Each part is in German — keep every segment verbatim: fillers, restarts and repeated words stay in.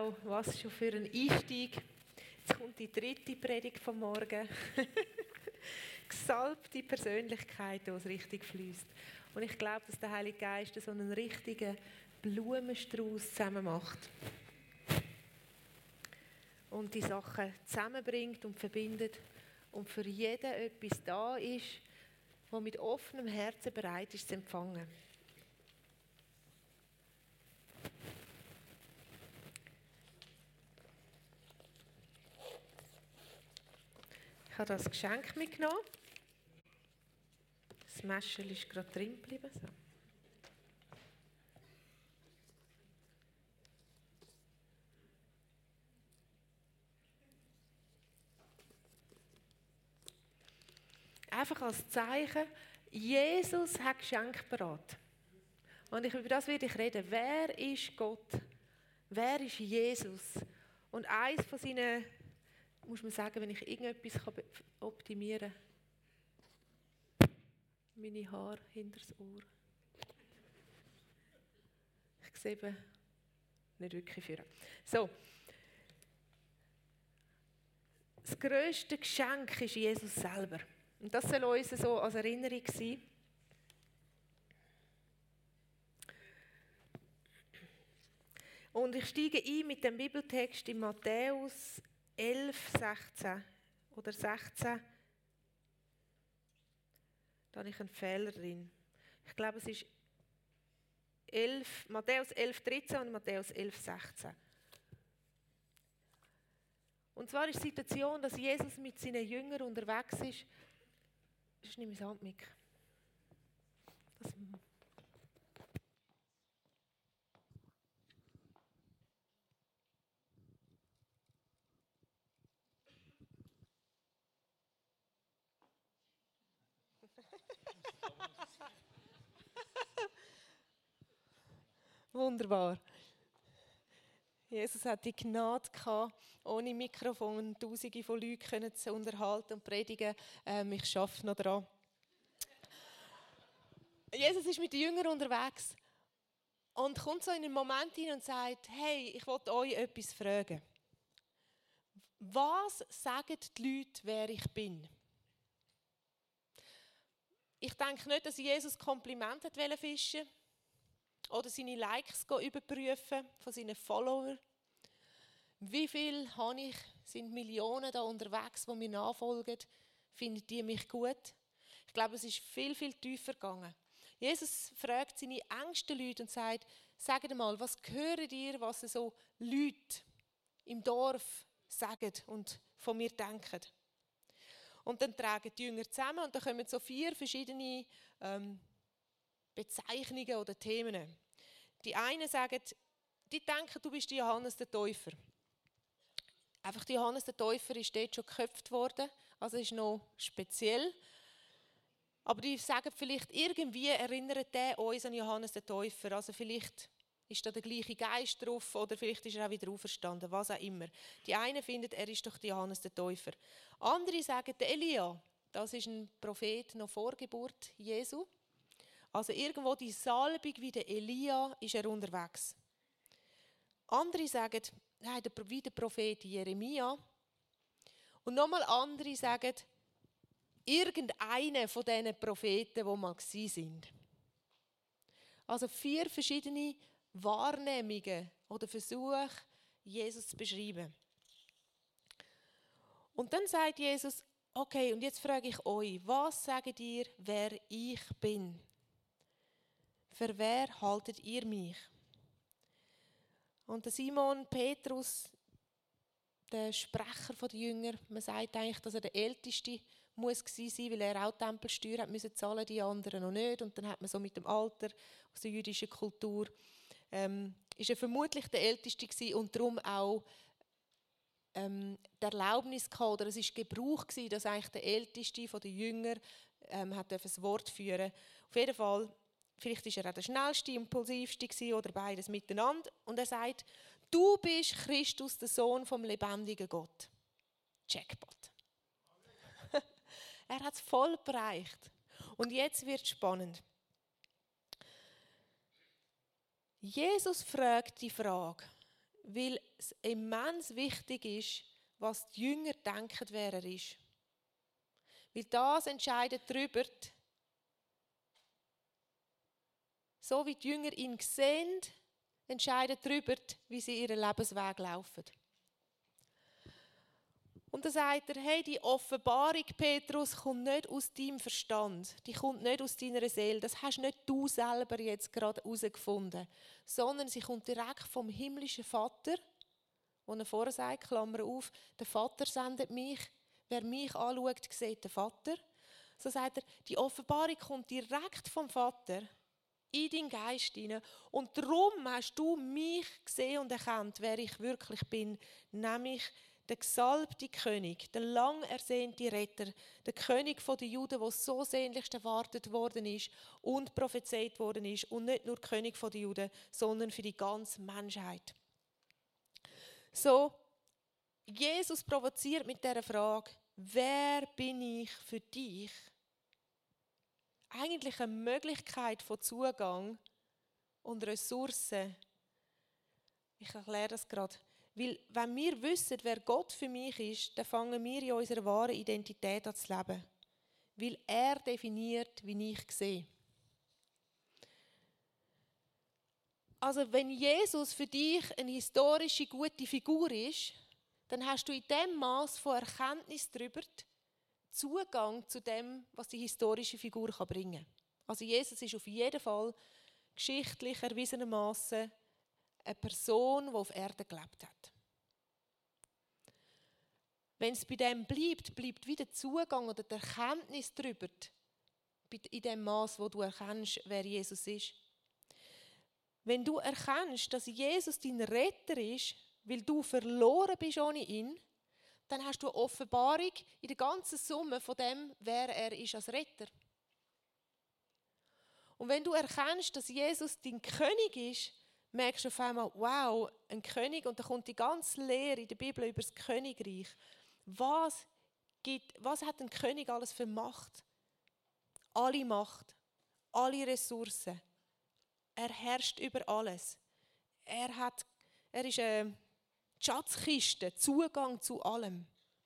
Wow, was schon für ein Einstieg. Jetzt kommt die dritte Predigt vom Morgen. Gesalbte Persönlichkeit, die es richtig fließt. Und ich glaube, dass der Heilige Geist so einen richtigen Blumenstrauß zusammen macht. Und die Sachen zusammenbringt und verbindet. Und für jeden etwas da ist, der mit offenem Herzen bereit ist zu empfangen. Ich habe das Geschenk mitgenommen. Das Mäschel ist gerade drin geblieben. So. Einfach als Zeichen, Jesus hat Geschenk parat. Und ich, über das werde ich reden. Wer ist Gott? Wer ist Jesus? Und eins von seinen, muss man sagen, wenn ich irgendetwas optimieren kann, meine Haare hinter das Ohr. Ich sehe eben nicht wirklich führen. So. Das grösste Geschenk ist Jesus selber. Und das soll uns so als Erinnerung sein. Und ich steige ein mit dem Bibeltext in Matthäus elf, sechzehn oder sechzehn. Da habe ich einen Fehler drin. Ich glaube, es ist elf, Matthäus elf, dreizehn und Matthäus elf, sechzehn. Und zwar ist die Situation, dass Jesus mit seinen Jüngern unterwegs ist. Das ist nicht mein Handmic. Das Wunderbar. Jesus hat die Gnade gehabt, ohne Mikrofon Tausende von Leuten zu unterhalten und predigen. Ähm, ich arbeite noch daran. Jesus ist mit den Jüngern unterwegs und kommt so in einen Moment hin und sagt: Hey, ich wollte euch etwas fragen. Was sagen die Leute, wer ich bin? Ich denke nicht, dass Jesus Komplimente fischen wollte oder seine Likes überprüfen von seinen Followern. Wie viel habe ich, sind Millionen da unterwegs, die mir nachfolgen? Finden die mich gut? Ich glaube, es ist viel, viel tiefer gegangen. Jesus fragt seine engsten Leute und sagt: Sagt mal, was hören ihr, was so Leute im Dorf sagen und von mir denken? Und dann tragen die Jünger zusammen und dann kommen so vier verschiedene ähm, Bezeichnungen oder Themen. Die einen sagen, die denken, du bist Johannes der Täufer. Einfach Johannes der Täufer ist dort schon geköpft worden, also ist noch speziell. Aber die sagen vielleicht, irgendwie erinnert der uns an Johannes den Täufer. Also vielleicht ist da der gleiche Geist drauf oder vielleicht ist er auch wieder auferstanden, was auch immer. Die einen finden, er ist doch Johannes der Täufer. Andere sagen, der Elia, das ist ein Prophet noch vor Geburt Jesu. Also irgendwo die Salbung wie der Elia ist er unterwegs. Andere sagen, nein, wie der Prophet Jeremia. Und nochmal andere sagen, irgendeiner von diesen Propheten, die mal waren. Also vier verschiedene Wahrnehmungen oder Versuche, Jesus zu beschreiben. Und dann sagt Jesus: Okay, und jetzt frage ich euch, was sagt ihr, wer ich bin? Für wer haltet ihr mich? Und der Simon Petrus, der Sprecher der Jünger, man sagt eigentlich, dass er der Älteste muss gewesen sein, weil er auch Tempelsteuer hat müssen zahlen, die anderen noch nicht. Und dann hat man so mit dem Alter aus der jüdischen Kultur, ähm, ist er vermutlich der Älteste gewesen und darum auch ähm, die Erlaubnis gehabt, oder es ist Gebrauch gewesen, dass eigentlich der Älteste von den Jüngern ähm, hat das Wort führen. Auf jeden Fall, vielleicht ist er auch der schnellste, impulsivste gewesen, oder beides miteinander. Und er sagt: Du bist Christus, der Sohn vom lebendigen Gott. Jackpot. Er hat es voll bereicht. Und jetzt wird es spannend. Jesus fragt die Frage: weil es immens wichtig ist, was die Jünger denken, wer er ist. Weil das entscheidet darüber, so wie die Jünger ihn sehen, entscheidet darüber, wie sie ihren Lebensweg laufen. Und dann sagt er, hey, die Offenbarung, Petrus, kommt nicht aus deinem Verstand. Die kommt nicht aus deiner Seele. Das hast nicht du selber jetzt gerade herausgefunden. Sondern sie kommt direkt vom himmlischen Vater, wo er vorher sagt, Klammer auf, der Vater sendet mich. Wer mich anschaut, sieht den Vater. So sagt er, die Offenbarung kommt direkt vom Vater in deinen Geist hinein. Und darum hast du mich gesehen und erkannt, wer ich wirklich bin, nämlich der gesalbte König, der lang ersehnte Retter, der König der Juden, der so sehnlichst erwartet worden ist und prophezeit worden ist. Und nicht nur König der Juden, sondern für die ganze Menschheit. So, Jesus provoziert mit dieser Frage, wer bin ich für dich? Eigentlich eine Möglichkeit von Zugang und Ressourcen. Ich erkläre das gerade. Weil, wenn wir wissen, wer Gott für mich ist, dann fangen wir in unserer wahren Identität an zu leben. Weil er definiert, wie ich sehe. Also, wenn Jesus für dich eine historische, gute Figur ist, dann hast du in dem Maß von Erkenntnis darüber Zugang zu dem, was die historische Figur bringen kann. Also Jesus ist auf jeden Fall geschichtlich erwiesenermaßen eine Person, die auf Erden gelebt hat. Wenn es bei dem bleibt, bleibt wieder Zugang oder die Erkenntnis darüber, in dem Maß, wo du erkennst, wer Jesus ist. Wenn du erkennst, dass Jesus dein Retter ist, weil du verloren bist ohne ihn, dann hast du eine Offenbarung in der ganzen Summe von dem, wer er ist als Retter. Und wenn du erkennst, dass Jesus dein König ist, merkst du auf einmal, wow, ein König, und da kommt die ganze Lehre in der Bibel über das Königreich. Was, gibt, was hat ein König alles für Macht? Alle Macht, alle Ressourcen. Er herrscht über alles. Er, hat, er ist eine Schatzkiste, Zugang zu allem.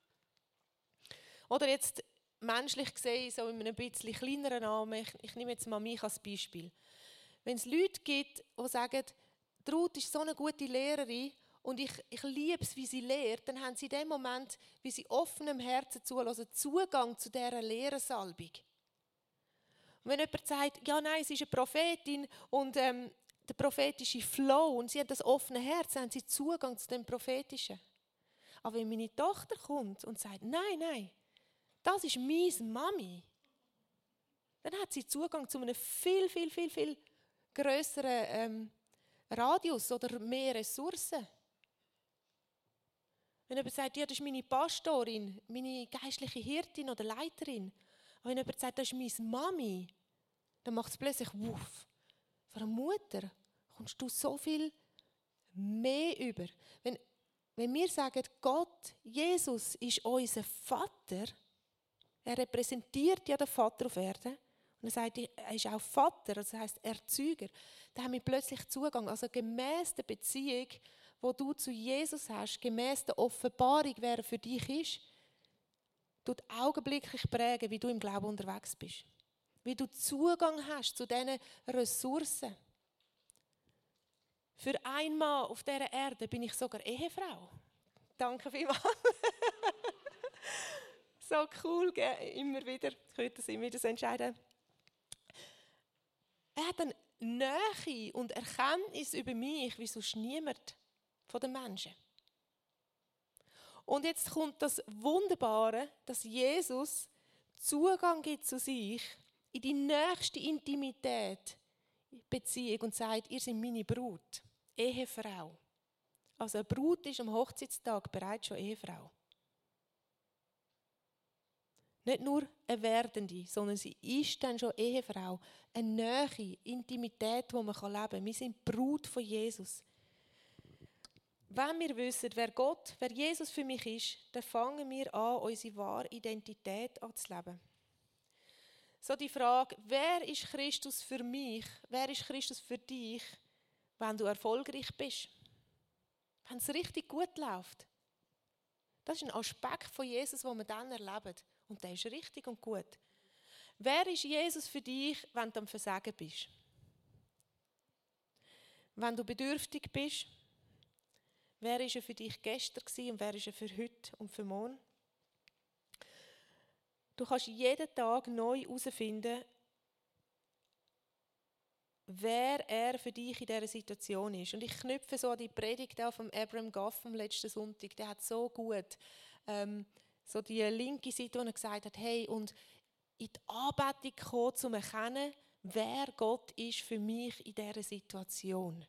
Oder jetzt menschlich gesehen, so in einem bisschen kleineren Namen, ich, ich nehme jetzt mal mich als Beispiel. Wenn es Leute gibt, die sagen, Ruth ist so eine gute Lehrerin und ich, ich liebe es, wie sie lehrt, dann haben sie in dem Moment, wie sie offenem Herzen zulassen, Zugang zu dieser Lehrersalbung. Und wenn jemand sagt, ja nein, sie ist eine Prophetin und ähm, der prophetische Flow und sie hat das offene Herz, dann haben sie Zugang zu dem Prophetischen. Aber wenn meine Tochter kommt und sagt, nein, nein, das ist meine Mami, dann hat sie Zugang zu einem viel, viel, viel, viel grösseren ähm, Radius oder mehr Ressourcen. Wenn jemand sagt, ja, das ist meine Pastorin, meine geistliche Hirtin oder Leiterin, aber wenn jemand sagt, das ist meine Mami, dann macht es plötzlich wuff. Von einer Mutter kommst du so viel mehr über. Wenn, wenn wir sagen, Gott, Jesus ist unser Vater, er repräsentiert ja den Vater auf Erden, und er sagt, er ist auch Vater, also das heisst Erzeuger, dann haben wir plötzlich Zugang. Also gemäss der Beziehung, die du zu Jesus hast, gemäss der Offenbarung, wer er für dich ist, tut augenblicklich prägen, wie du im Glauben unterwegs bist. Wie du Zugang hast zu diesen Ressourcen. Für einmal auf dieser Erde bin ich sogar Ehefrau. Danke vielmals. So cool, gell? Immer wieder. Ich könnte das immer wieder so entscheiden. Er hat eine Nähe und Erkenntnis über mich, wie sonst niemand von den Menschen. Und jetzt kommt das Wunderbare, dass Jesus Zugang gibt zu sich in die nächste Intimität, Beziehung und sagt, ihr seid meine Brut, Ehefrau. Also eine Brut ist am Hochzeitstag bereits schon Ehefrau. Nicht nur eine Werdende, sondern sie ist dann schon Ehefrau. Eine Nähe, Intimität, die man leben kann. Wir sind Brut von Jesus. Wenn wir wissen, wer Gott, wer Jesus für mich ist, dann fangen wir an, unsere wahre Identität anzuleben. So die Frage, wer ist Christus für mich? Wer ist Christus für dich, wenn du erfolgreich bist? wenn es richtig gut läuft. Das ist ein Aspekt von Jesus, den wir dann erleben. Und der ist richtig und gut. Wer ist Jesus für dich, wenn du am Versagen bist? Wenn du bedürftig bist? Wer ist er für dich gestern und wer ist er für heute und für morgen? Du kannst jeden Tag neu herausfinden, wer er für dich in dieser Situation ist. Und ich knüpfe so an die Predigt an von Abram Goff vom letzten Sonntag. Der hat so gut ähm, so die linke Seite, wo er gesagt hat, hey, und in die Anbetung kommen, um zu erkennen, wer Gott ist für mich in dieser Situation.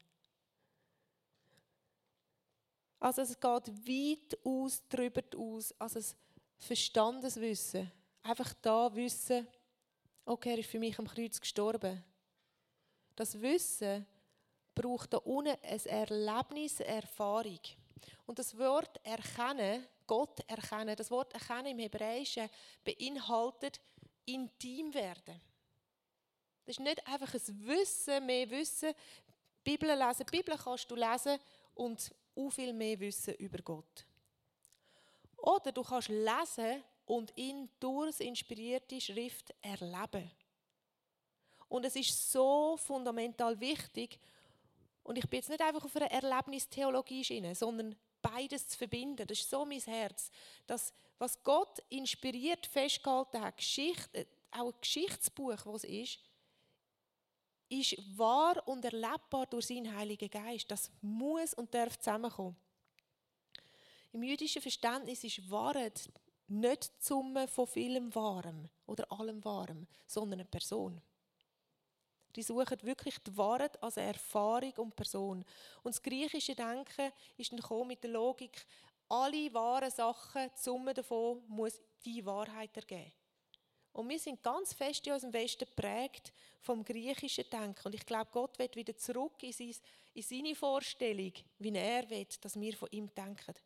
Also es geht weit aus, darüber aus, also das Verstandeswissen. Einfach da wissen, okay, er ist für mich am Kreuz gestorben. Das Wissen braucht da unten ein Erlebnis, eine Erfahrung. Und das Wort erkennen, Gott erkennen, das Wort erkennen im Hebräischen beinhaltet intim werden. Das ist nicht einfach ein Wissen, mehr Wissen. Bibel lesen, Bibel kannst du lesen und auch viel mehr Wissen über Gott. Oder du kannst lesen und ihn durch die inspirierte Schrift erleben. Und es ist so fundamental wichtig, und ich bin jetzt nicht einfach auf einer Erlebnistheologie schiene, sondern beides zu verbinden. Das ist so mein Herz, dass was Gott inspiriert festgehalten hat, Geschichte, auch ein Geschichtsbuch, was es ist, ist wahr und erlebbar durch seinen Heiligen Geist. Das muss und darf zusammenkommen. Im jüdischen Verständnis ist Wahrheit nicht die Summe von vielem Wahrem oder allem Wahrem, sondern eine Person. Die suchen wirklich die Wahrheit als Erfahrung und Person. Und das griechische Denken ist dann gekommen mit der Logik, alle wahren Sachen, die Summe davon muss die Wahrheit ergeben. Und wir sind ganz fest in unserem Westen geprägt vom griechischen Denken. Und ich glaube, Gott will wieder zurück in, sein, in seine Vorstellung, wie er will, dass wir von ihm denken.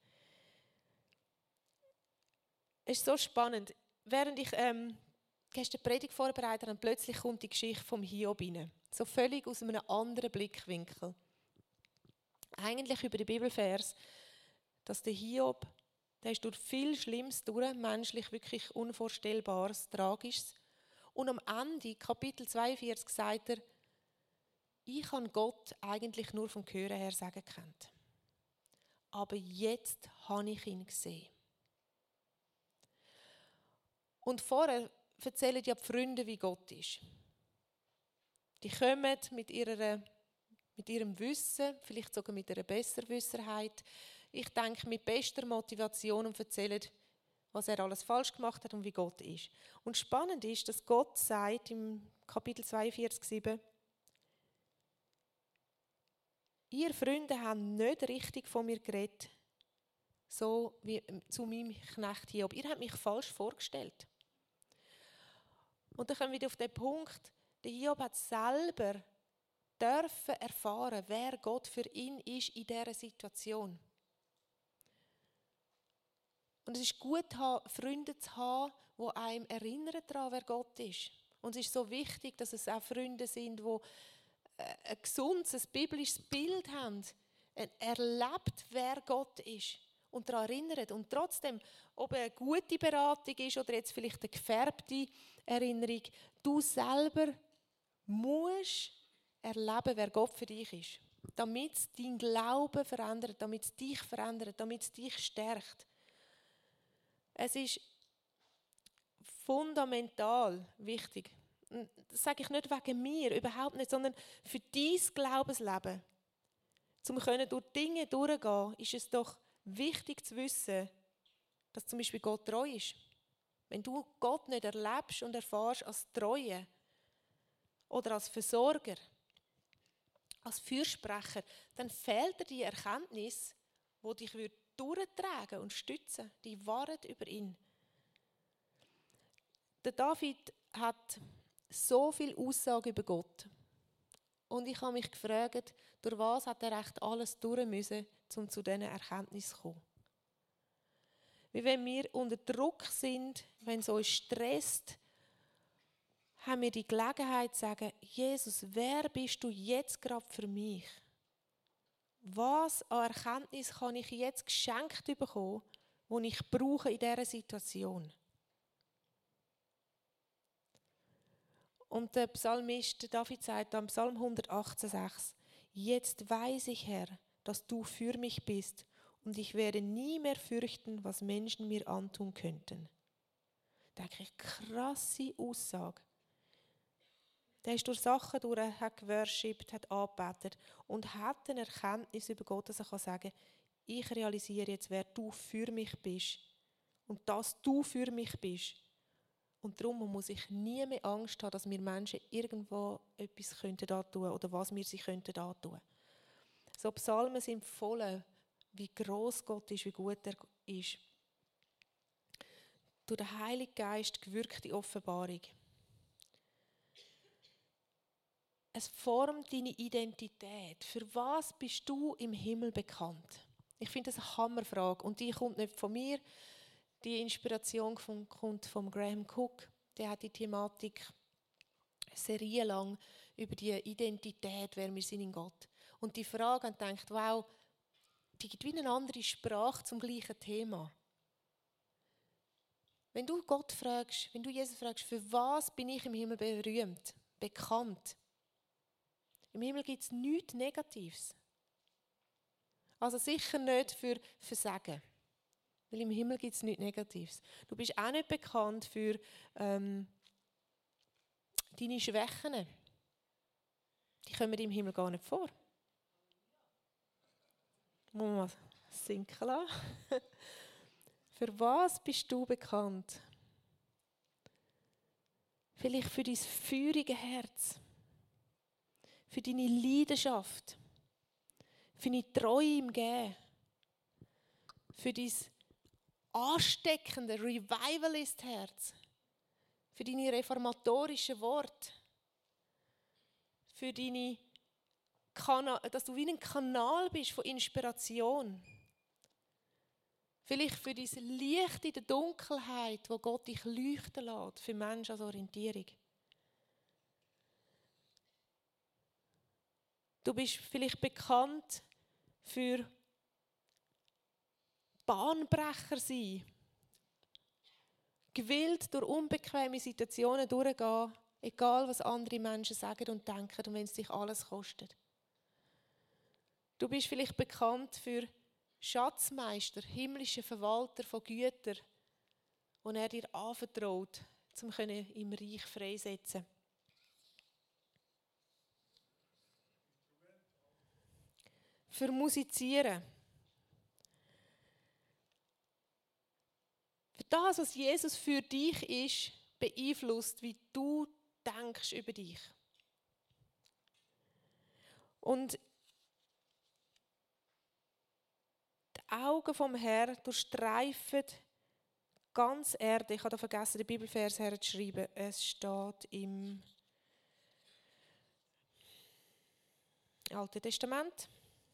Es ist so spannend. Während ich ähm, gestern die Predigt vorbereitet habe, plötzlich kommt die Geschichte vom Hiob rein. So völlig aus einem anderen Blickwinkel. Eigentlich über den Bibelvers, dass der Hiob, der ist durch viel Schlimmes durch, menschlich wirklich Unvorstellbares, Tragisches. Und am Ende, Kapitel zweiundvierzig, sagt er, ich habe Gott eigentlich nur vom Hören her sagen gekannt. Aber jetzt habe ich ihn gesehen. Und vorher erzählen ja die Freunde, wie Gott ist. Die kommen mit, ihrer, mit ihrem Wissen, vielleicht sogar mit einer Besserwisserheit, ich denke mit bester Motivation und erzählen, was er alles falsch gemacht hat und wie Gott ist. Und spannend ist, dass Gott sagt im Kapitel zweiundvierzig, sieben, ihr Freunde haben nicht richtig von mir geredet, so wie zu meinem Knecht Hiob. Ihr habt mich falsch vorgestellt. Und dann kommen wir wieder auf den Punkt, der Hiob hat selber dürfen erfahren, wer Gott für ihn ist in dieser Situation. Und es ist gut, Freunde zu haben, die einem erinnern daran, wer Gott ist. Und es ist so wichtig, dass es auch Freunde sind, die ein gesundes, ein biblisches Bild haben, erlebt, wer Gott ist und daran erinnert. Und trotzdem, ob eine gute Beratung ist oder jetzt vielleicht eine gefärbte Erinnerung, du selber musst erleben, wer Gott für dich ist. Damit es deinen Glauben verändert, damit es dich verändert, damit es dich stärkt. Es ist fundamental wichtig. Das sage ich nicht wegen mir, überhaupt nicht, sondern für dein Glaubensleben. Um durch Dinge durchzugehen, ist es doch wichtig zu wissen, dass zum Beispiel Gott treu ist. Wenn du Gott nicht erlebst und erfährst als Treue oder als Versorger, als Fürsprecher, dann fehlt dir die Erkenntnis, die dich durchtragen und stützen, die Wahrheit über ihn. Der David hat so viel Aussage über Gott. Und ich habe mich gefragt, durch was hat er echt alles durch müssen, um zu diesen Erkenntnissen zu kommen. Wie wenn wir unter Druck sind, wenn es uns stresst, haben wir die Gelegenheit zu sagen, Jesus, wer bist du jetzt gerade für mich? Was an Erkenntnis kann ich jetzt geschenkt bekommen, die ich brauche in dieser Situation? Und der Psalmist David sagt am Psalm hundertachtzehn, sechs: Jetzt weiß ich, Herr, dass du für mich bist und ich werde nie mehr fürchten, was Menschen mir antun könnten. Da denke ich, krasse Aussage. Der ist durch Sachen durch, hat geworshipped, hat angebetet und hat eine Erkenntnis über Gott, dass er kann sagen kann, ich realisiere jetzt, wer du für mich bist und dass du für mich bist. Und darum muss ich nie mehr Angst haben, dass mir Menschen irgendwo etwas könnten antun oder was mir sie könnten antun. So Psalmen sind voll, wie gross Gott ist, wie gut er ist. Durch den Heiligen Geist gewirkte Offenbarung. Es formt deine Identität. Für was bist du im Himmel bekannt? Ich finde das eine Hammerfrage. Und die kommt nicht von mir. Die Inspiration kommt von Graham Cook. Der hat die Thematik serienlang über die Identität, wer wir sind in Gott. Und die Frage, und denkt, wow, die gibt wie eine andere Sprache zum gleichen Thema. Wenn du Gott fragst, wenn du Jesus fragst, für was bin ich im Himmel berühmt, bekannt? Im Himmel gibt es nichts Negatives. Also sicher nicht für Versagen. Weil im Himmel gibt es nichts Negatives. Du bist auch nicht bekannt für ähm, deine Schwächen. Die kommen im Himmel gar nicht vor. Muss man mal sinken lassen. Für was bist du bekannt? Vielleicht für dein feurige Herz. Für deine Leidenschaft. Für deine Treue im Geben. Für dein ansteckende Revivalist-Herz. Für deine reformatorischen Worte. Für deine Kana- dass du wie ein Kanal bist von Inspiration. Vielleicht für dein Licht in der Dunkelheit, wo Gott dich leuchten lässt, für Menschen als Orientierung. Du bist vielleicht bekannt für Bahnbrecher sein. Gewillt durch unbequeme Situationen durchgehen, egal was andere Menschen sagen und denken und wenn es dich alles kostet. Du bist vielleicht bekannt für Schatzmeister, himmlischer Verwalter von Gütern, die er dir anvertraut, um im Reich freisetzen. Für Musizieren. Für das, was Jesus für dich ist, beeinflusst, wie du denkst über dich. Und die Augen vom Herrn durchstreifen ganz Erde. Ich habe da vergessen, den Bibelvers herzuschreiben. Es steht im Alten Testament.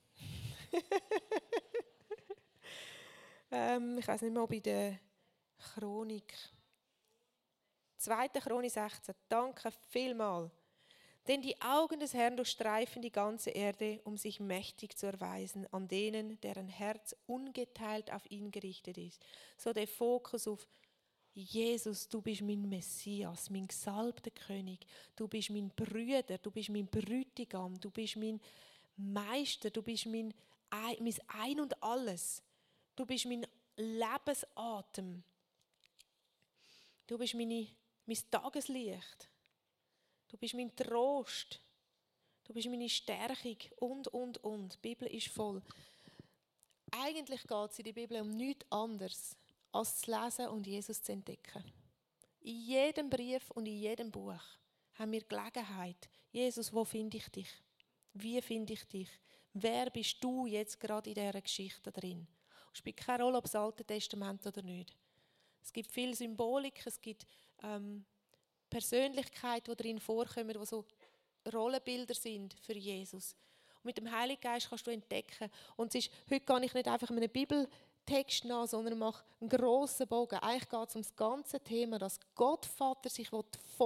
ähm, ich weiß nicht mehr, ob in der Chronik. zweite Chronik sechzehn. Danke vielmals. Denn die Augen des Herrn durchstreifen die ganze Erde, um sich mächtig zu erweisen an denen, deren Herz ungeteilt auf ihn gerichtet ist. So der Fokus auf Jesus, du bist mein Messias, mein gesalbter König. Du bist mein Brüder, du bist mein Bräutigam, du bist mein Meister, du bist mein, mein Ein und Alles. Du bist mein Lebensatem. Du bist meine, mein Tageslicht. Du bist mein Trost. Du bist meine Stärkung und, und, und. Die Bibel ist voll. Eigentlich geht es in der Bibel um nichts anderes, als zu lesen und Jesus zu entdecken. In jedem Brief und in jedem Buch haben wir Gelegenheit. Jesus, wo finde ich dich? Wie finde ich dich? Wer bist du jetzt gerade in dieser Geschichte drin? Es spielt keine Rolle, ob das Alte Testament oder nicht. Es gibt viel Symbolik, es gibt ähm, Persönlichkeiten, die darin vorkommen, die so Rollenbilder sind für Jesus. Und mit dem Heiligen Geist kannst du entdecken. Und es ist, heute gehe ich nicht einfach einen Bibeltext nach, sondern mache einen grossen Bogen. Eigentlich geht es um das ganze Thema, dass Gott Vater sich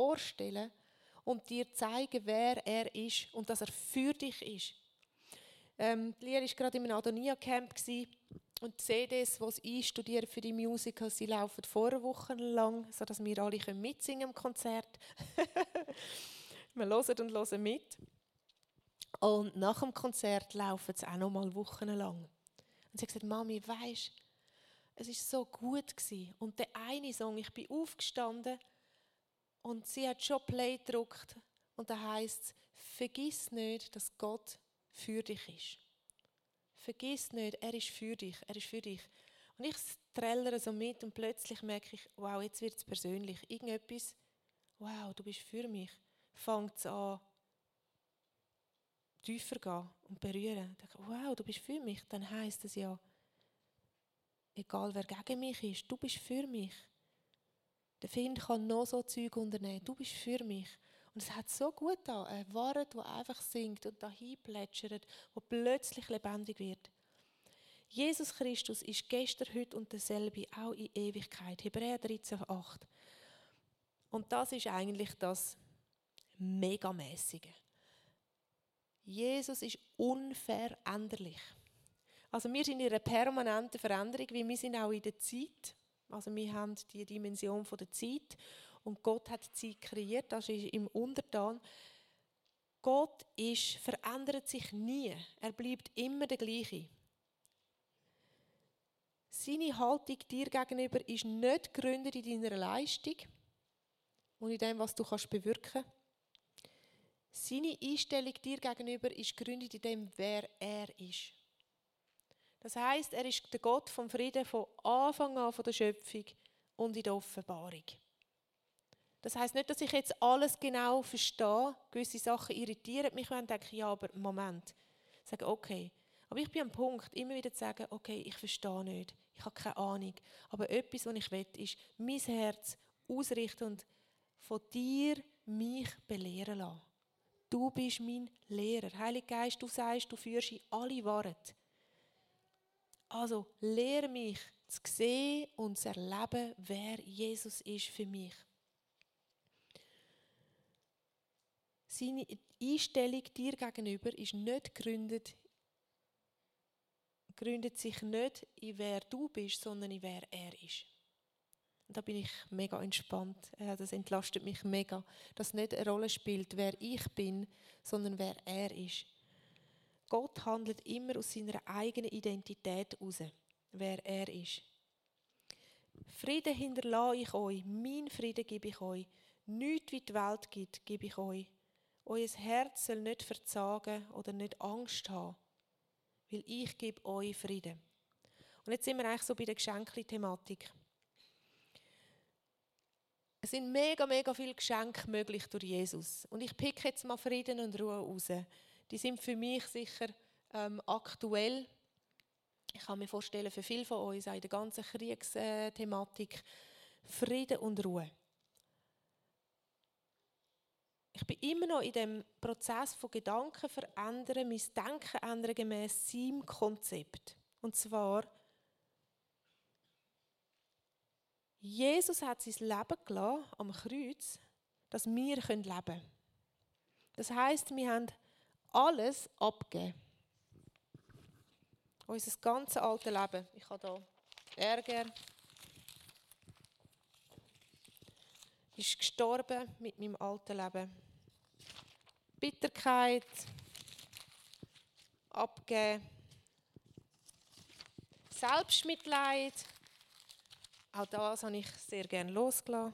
vorstellen will und dir zeigen, wer er ist und dass er für dich ist. Ähm, die Lia war gerade in einem Adonia-Camp und die C Ds, die sie einstudieren für die Musicals, die laufen vor einer Woche lang, sodass wir alle mitsingen im Konzert. Wir hören und hören mit. Und nach dem Konzert laufen sie auch noch mal wochenlang. Und sie hat gesagt, Mami, weisst, es war so gut gewesen. Und der eine Song, ich bin aufgestanden und sie hat schon Play gedrückt. Und da heisst es, vergiss nicht, dass Gott für dich ist. Vergiss nicht, er ist für dich, er ist für dich. Und ich trällere so mit und plötzlich merke ich, wow, jetzt wird es persönlich. Irgendetwas, wow, du bist für mich. Fängt es an, tiefer gehen und berühren. Ich denke, wow, du bist für mich. Dann heisst es ja, egal wer gegen mich ist, du bist für mich. Der Find kann noch so Zeug unternehmen, du bist für mich. Und es hat so gut da, ein Wort, der einfach singt und dahin plätschert, der plötzlich lebendig wird. Jesus Christus ist gestern, heute und derselbe, auch in Ewigkeit. Hebräer dreizehn, acht. Und das ist eigentlich das Megamäßige. Jesus ist unveränderlich. Also wir sind in einer permanenten Veränderung, weil wir sind auch in der Zeit. Also wir haben die Dimension von der Zeit und Gott hat die Zeit kreiert, das ist im Untertan. Gott ist, verändert sich nie, er bleibt immer der gleiche. Seine Haltung dir gegenüber ist nicht gegründet in deiner Leistung und in dem, was du kannst bewirken. Seine Einstellung dir gegenüber ist gegründet in dem, wer er ist. Das heisst, er ist der Gott vom Frieden von Anfang an von der Schöpfung und in der Offenbarung. Das heisst nicht, dass ich jetzt alles genau verstehe. Gewisse Sachen irritieren mich und denke, ja, aber Moment. Ich sage, okay. Aber ich bin am Punkt, immer wieder zu sagen, okay, ich verstehe nicht. Ich habe keine Ahnung. Aber etwas, was ich will, ist, mein Herz ausrichten und von dir mich belehren lassen. Du bist mein Lehrer. Heiliger Geist, du sagst, du führst in alle Wahrheit. Also, lehre mich zu sehen und zu erleben, wer Jesus ist für mich. Seine Einstellung dir gegenüber ist nicht gegründet, gründet sich nicht in wer du bist, sondern in wer er ist. Und da bin ich mega entspannt. Das entlastet mich mega, dass nicht eine Rolle spielt, wer ich bin, sondern wer er ist. Gott handelt immer aus seiner eigenen Identität heraus, wer er ist. Frieden hinterlasse ich euch, mein Frieden gebe ich euch. Nichts, wie die Welt gibt, gebe ich euch. Euer Herz soll nicht verzagen oder nicht Angst haben, weil ich gebe euch Frieden. Und jetzt sind wir eigentlich so bei der Geschenkli-Thematik. Es sind mega, mega viele Geschenke möglich durch Jesus. Und ich picke jetzt mal Frieden und Ruhe raus. Die sind für mich sicher ähm, aktuell. Ich kann mir vorstellen, für viele von uns, auch in der ganzen Kriegsthematik, Frieden und Ruhe. Ich bin immer noch in dem Prozess von Gedanken verändern, mein Denken ändern gemäss seinem Konzept. Und zwar, Jesus hat sein Leben gelassen am Kreuz, dass wir leben können. Das heisst, wir haben alles abgegeben. Unser ganzes altes Leben. Ich habe hier Ärger. Ist gestorben mit meinem alten Leben. Bitterkeit. Abgeben. Selbstmitleid. Auch das habe ich sehr gerne losgelassen.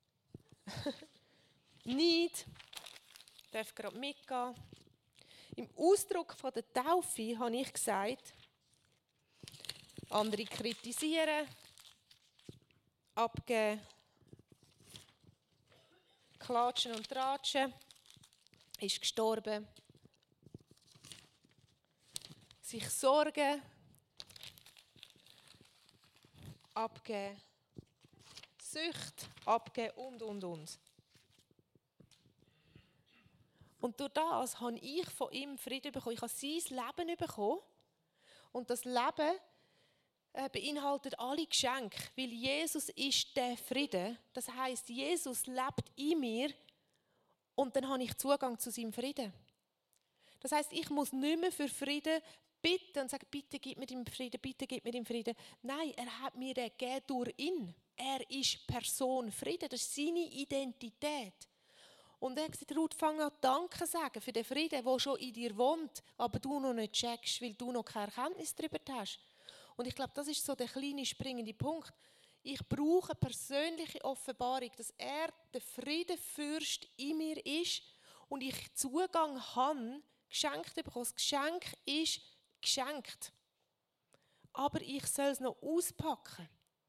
Neid. Ich darf gerade mitgehen. Im Ausdruck von der Taufe habe ich gesagt, andere kritisieren, abgeben, klatschen und tratschen, ist gestorben, sich sorgen, abgeben, Sucht, abgeben und, und, und. Und durch das habe ich von ihm Frieden bekommen. Ich habe sein Leben bekommen. Und das Leben äh, beinhaltet alle Geschenke, weil Jesus ist der Frieden. Das heisst, Jesus lebt in mir und dann habe ich Zugang zu seinem Frieden. Das heisst, ich muss nicht mehr für Frieden bitten und sagen, bitte gib mir den Frieden, bitte gib mir den Frieden. Nein, er hat mir den gegeben durch ihn. Er ist Person Frieden, das ist seine Identität. Und er hat gesagt, Ruth, fang an Danke sagen für den Frieden, der schon in dir wohnt, aber du noch nicht checkst, weil du noch keine Erkenntnis darüber hast. Und ich glaube, das ist so der kleine springende Punkt. Ich brauche eine persönliche Offenbarung, dass er der Friedenfürst in mir ist und ich Zugang habe, geschenkt bekomme. Das Geschenk ist geschenkt. Aber ich soll es noch auspacken.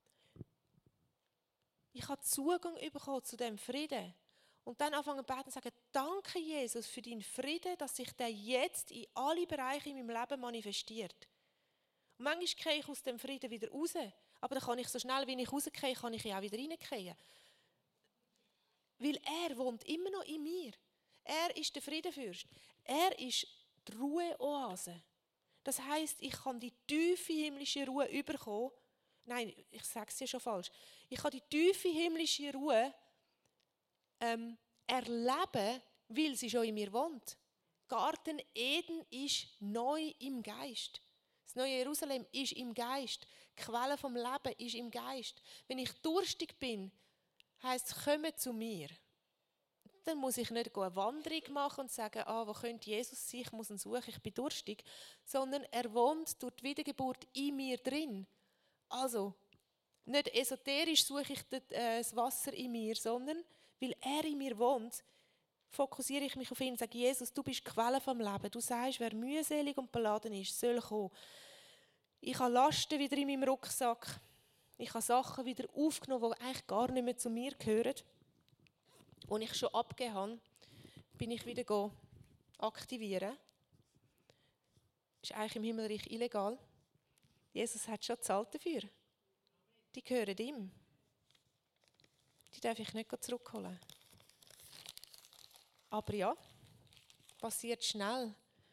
Ich habe Zugang bekommen zu dem Frieden. Und dann anfangen zu beten und sagen, danke Jesus für deinen Frieden, dass sich der jetzt in alle Bereiche in meinem Leben manifestiert. Und manchmal gehe ich aus dem Frieden wieder raus. Aber dann kann ich so schnell, wie ich rausgehe, kann ich ja auch wieder reingehen. Weil er wohnt immer noch in mir. Er ist der Friedenfürst. Er ist die Ruheoase. Das heisst, ich kann die tiefe himmlische Ruhe überkommen. Nein, ich sage es ja schon falsch. Ich kann die tiefe himmlische Ruhe ähm, erleben, weil sie schon in mir wohnt. Garten Eden ist neu im Geist. Das neue Jerusalem ist im Geist. Die Quelle vom Leben ist im Geist. Wenn ich durstig bin, heisst es, komme zu mir. Dann muss ich nicht eine Wanderung machen und sagen, ah, wo könnte Jesus sein, ich muss ihn suchen, ich bin durstig. Sondern er wohnt durch die Wiedergeburt in mir drin. Also, nicht esoterisch suche ich das Wasser in mir, sondern weil er in mir wohnt, fokussiere ich mich auf ihn und sage, Jesus, du bist die Quelle vom Leben. Du sagst, wer mühselig und beladen ist, soll kommen. Ich habe Lasten wieder in meinem Rucksack. Ich habe Sachen wieder aufgenommen, die eigentlich gar nicht mehr zu mir gehören. Und ich schon abgegeben habe, bin ich wieder aktivieren. Das ist eigentlich im Himmelreich illegal. Jesus hat schon gezahlt dafür. Die gehören ihm. Die darf ich nicht zurückholen. Aber ja, passiert schnell.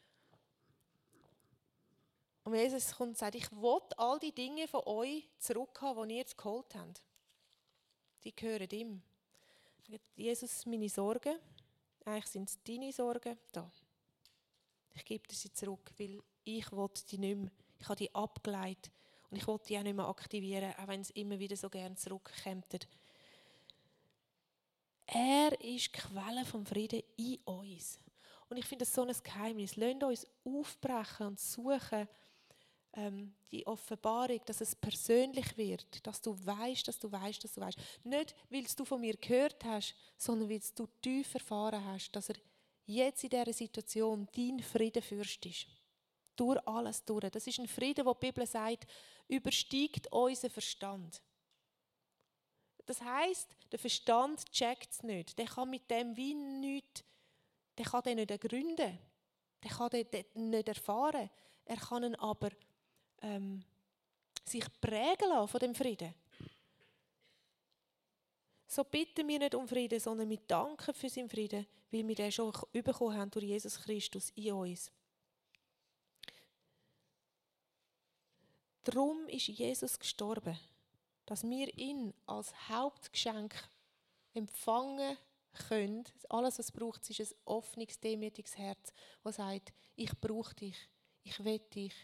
Und Jesus kommt und sagt, ich will all die Dinge von euch zurückhaben, die ihr jetzt geholt habt. Die gehören ihm. Jesus, meine Sorgen, eigentlich sind es deine Sorgen, da. Ich gebe dir sie zurück, weil ich will die nicht mehr. Ich habe die abgeleitet und ich will die auch nicht mehr aktivieren, auch wenn es immer wieder so gerne zurückkommt. Er ist die Quelle vom Frieden in uns. Und ich finde das so ein Geheimnis. Lasst uns aufbrechen und suchen, ähm, die Offenbarung, dass es persönlich wird, dass du weißt, dass du weißt, dass du weißt. Nicht, weil du von mir gehört hast, sondern weil du tief erfahren hast, dass er jetzt in dieser Situation dein Friedenfürst ist. Durch alles durch. Das ist ein Frieden, wo die Bibel sagt, übersteigt unseren Verstand. Das heisst, der Verstand checkt es nicht. Der kann mit dem wie nichts, der kann den nicht ergründen. Der kann den nicht erfahren. Er kann ihn aber ähm, sich prägen lassen von dem Frieden. So bitten wir nicht um Frieden, sondern wir danken für seinen Frieden, weil wir den schon bekommen haben durch Jesus Christus in uns. Darum ist Jesus gestorben, dass wir ihn als Hauptgeschenk empfangen können. Alles, was es braucht, ist ein offenes, demütiges Herz, das sagt, ich brauche dich, ich will dich.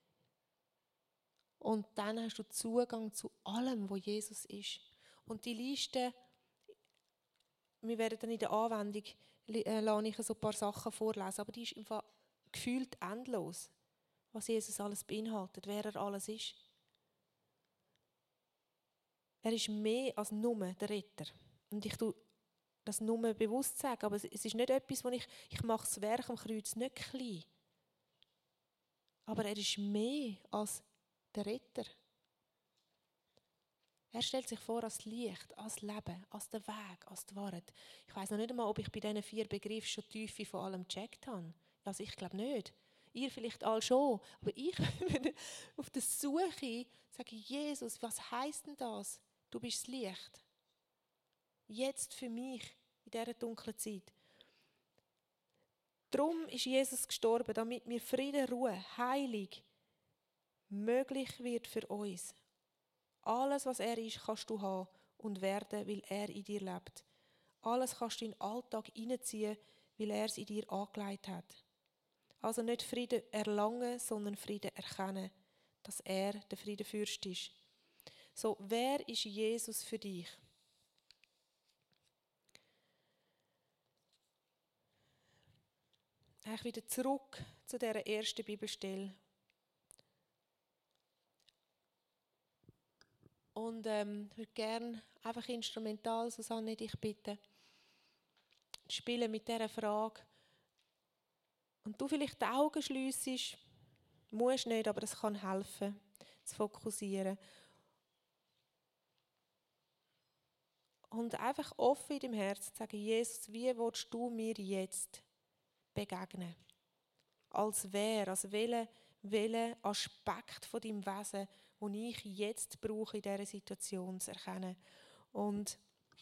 Und dann hast du Zugang zu allem, wo Jesus ist. Und die Liste, wir werden dann in der Anwendung, äh, lasse ich so ein paar Sachen vorlesen, aber die ist im Fall gefühlt endlos, was Jesus alles beinhaltet, wer er alles ist. Er ist mehr als nur der Retter. Und ich tue das nur bewusst sagen, aber es ist nicht etwas, wo ich, ich mache das Werk am Kreuz nicht klein. Aber er ist mehr als der Retter. Er stellt sich vor als Licht, als Leben, als der Weg, als die Wahrheit. Ich weiss noch nicht einmal, ob ich bei diesen vier Begriffen schon die Tiefe von allem gecheckt habe. Also ich glaube nicht. Ihr vielleicht alle schon. Aber ich bin auf der Suche, sage Jesus, was heisst denn das? Du bist das Licht. Jetzt für mich, in dieser dunklen Zeit. Darum ist Jesus gestorben, damit mir Frieden, Ruhe, Heilig möglich wird für uns. Alles, was er ist, kannst du haben und werden, weil er in dir lebt. Alles kannst du in den Alltag hineinziehen, weil er es in dir angelegt hat. Also nicht Frieden erlangen, sondern Frieden erkennen, dass er der Friedenfürst ist. So, wer ist Jesus für dich? Eigentlich wieder zurück zu dieser ersten Bibelstelle. Und ähm, ich würde gerne einfach instrumental, Susanne, dich bitten, spielen mit dieser Frage. Und du vielleicht die Augen schliessest, musst nicht, aber es kann helfen, zu fokussieren. Und einfach offen in deinem Herzen sagen, Jesus, wie willst du mir jetzt begegnen? Als wer, als welcher welche Aspekt von deinem Wesen, den ich jetzt brauche, in dieser Situation zu erkennen. Und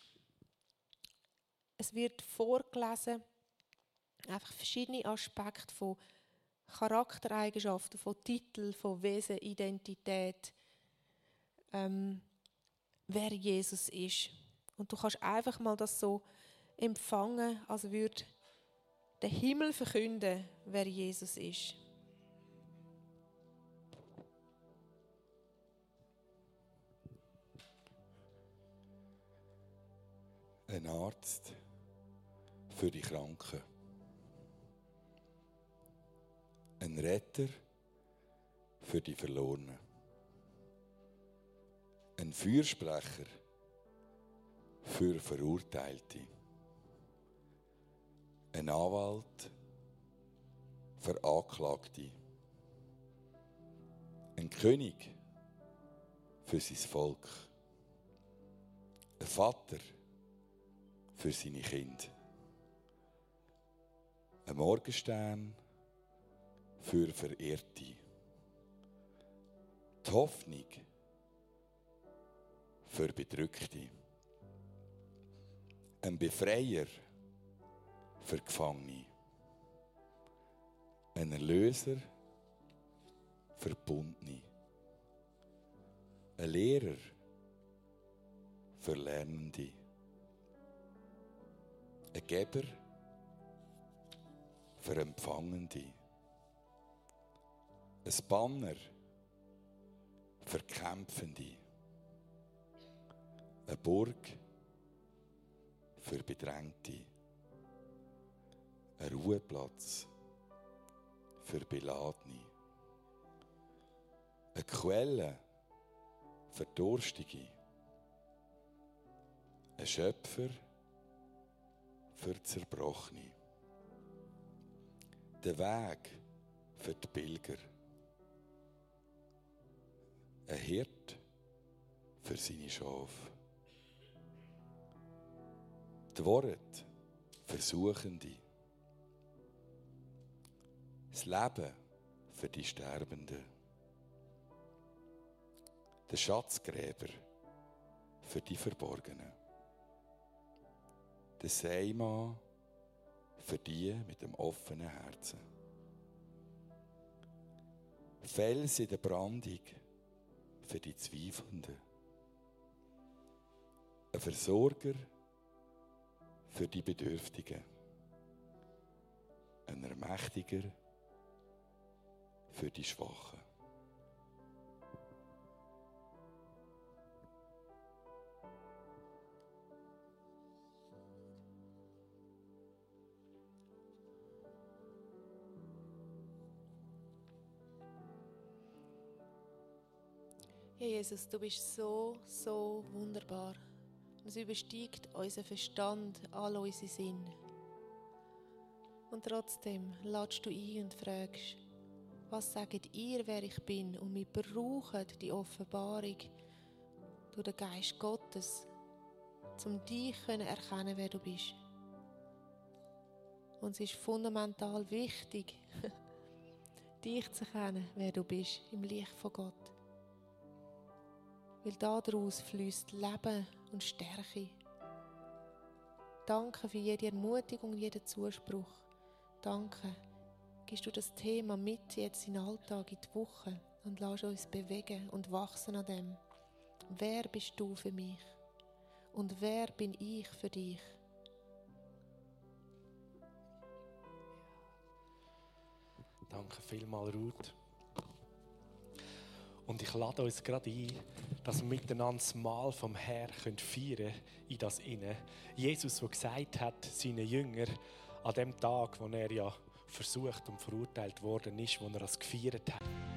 es wird vorgelesen, einfach verschiedene Aspekte von Charaktereigenschaften, von Titeln, von Wesen, Identität, ähm, wer Jesus ist. Und du kannst einfach mal das so empfangen, als würde der Himmel verkünden, wer Jesus ist. Ein Arzt für die Kranken. Ein Retter für die Verlorenen. Ein Fürsprecher für Verurteilte. Ein Anwalt für Anklagte. Ein König für sein Volk. Ein Vater für seine Kinder. Ein Morgenstern für Verehrte. Die Hoffnung für Bedrückte. Ein Befreier für Gefangene. Ein Erlöser für Gebundene. Ein Lehrer für Lernende. Ein Geber für Empfangende. Ein Banner für Kämpfende. Eine Burg für Bedrängte. Ein Ruheplatz für Beladene. Eine Quelle für Durstige. Ein Schöpfer für Zerbrochene. Der Weg für die Pilger. Ein Hirt für seine Schafe. Die Worte für Suchende. Das Leben für die Sterbenden. Der Schatzgräber für die Verborgenen. Der Seimann für die mit dem offenen Herzen. Fels in der Brandung für die Zweifelnden. Ein Versorger für die Bedürftigen. Ein Ermächtiger für die Schwachen. Ja, Jesus, du bist so, so wunderbar. Es übersteigt unseren Verstand, all unsere Sinn. Und trotzdem ladest du ein und fragst, was sagt ihr, wer ich bin? Und wir brauchen die Offenbarung durch den Geist Gottes, um dich zu erkennen, wer du bist. Und es ist fundamental wichtig, dich zu erkennen, wer du bist, im Licht von Gott. Weil daraus fließt Leben und Stärke. Danke für jede Ermutigung, jeden Zuspruch. Danke, gibst du das Thema mit jetzt in den Alltag, in die Woche und lass uns bewegen und wachsen an dem. Wer bist du für mich? Und wer bin ich für dich? Danke vielmals, Ruth. Und ich lade uns gerade ein, dass wir miteinander das Mahl vom Herrn feiern können, in das Inne. Jesus, der gesagt hat, seinen Jüngern, an dem Tag, wo er ja versucht und verurteilt worden ist, wo er es gefeiert hat.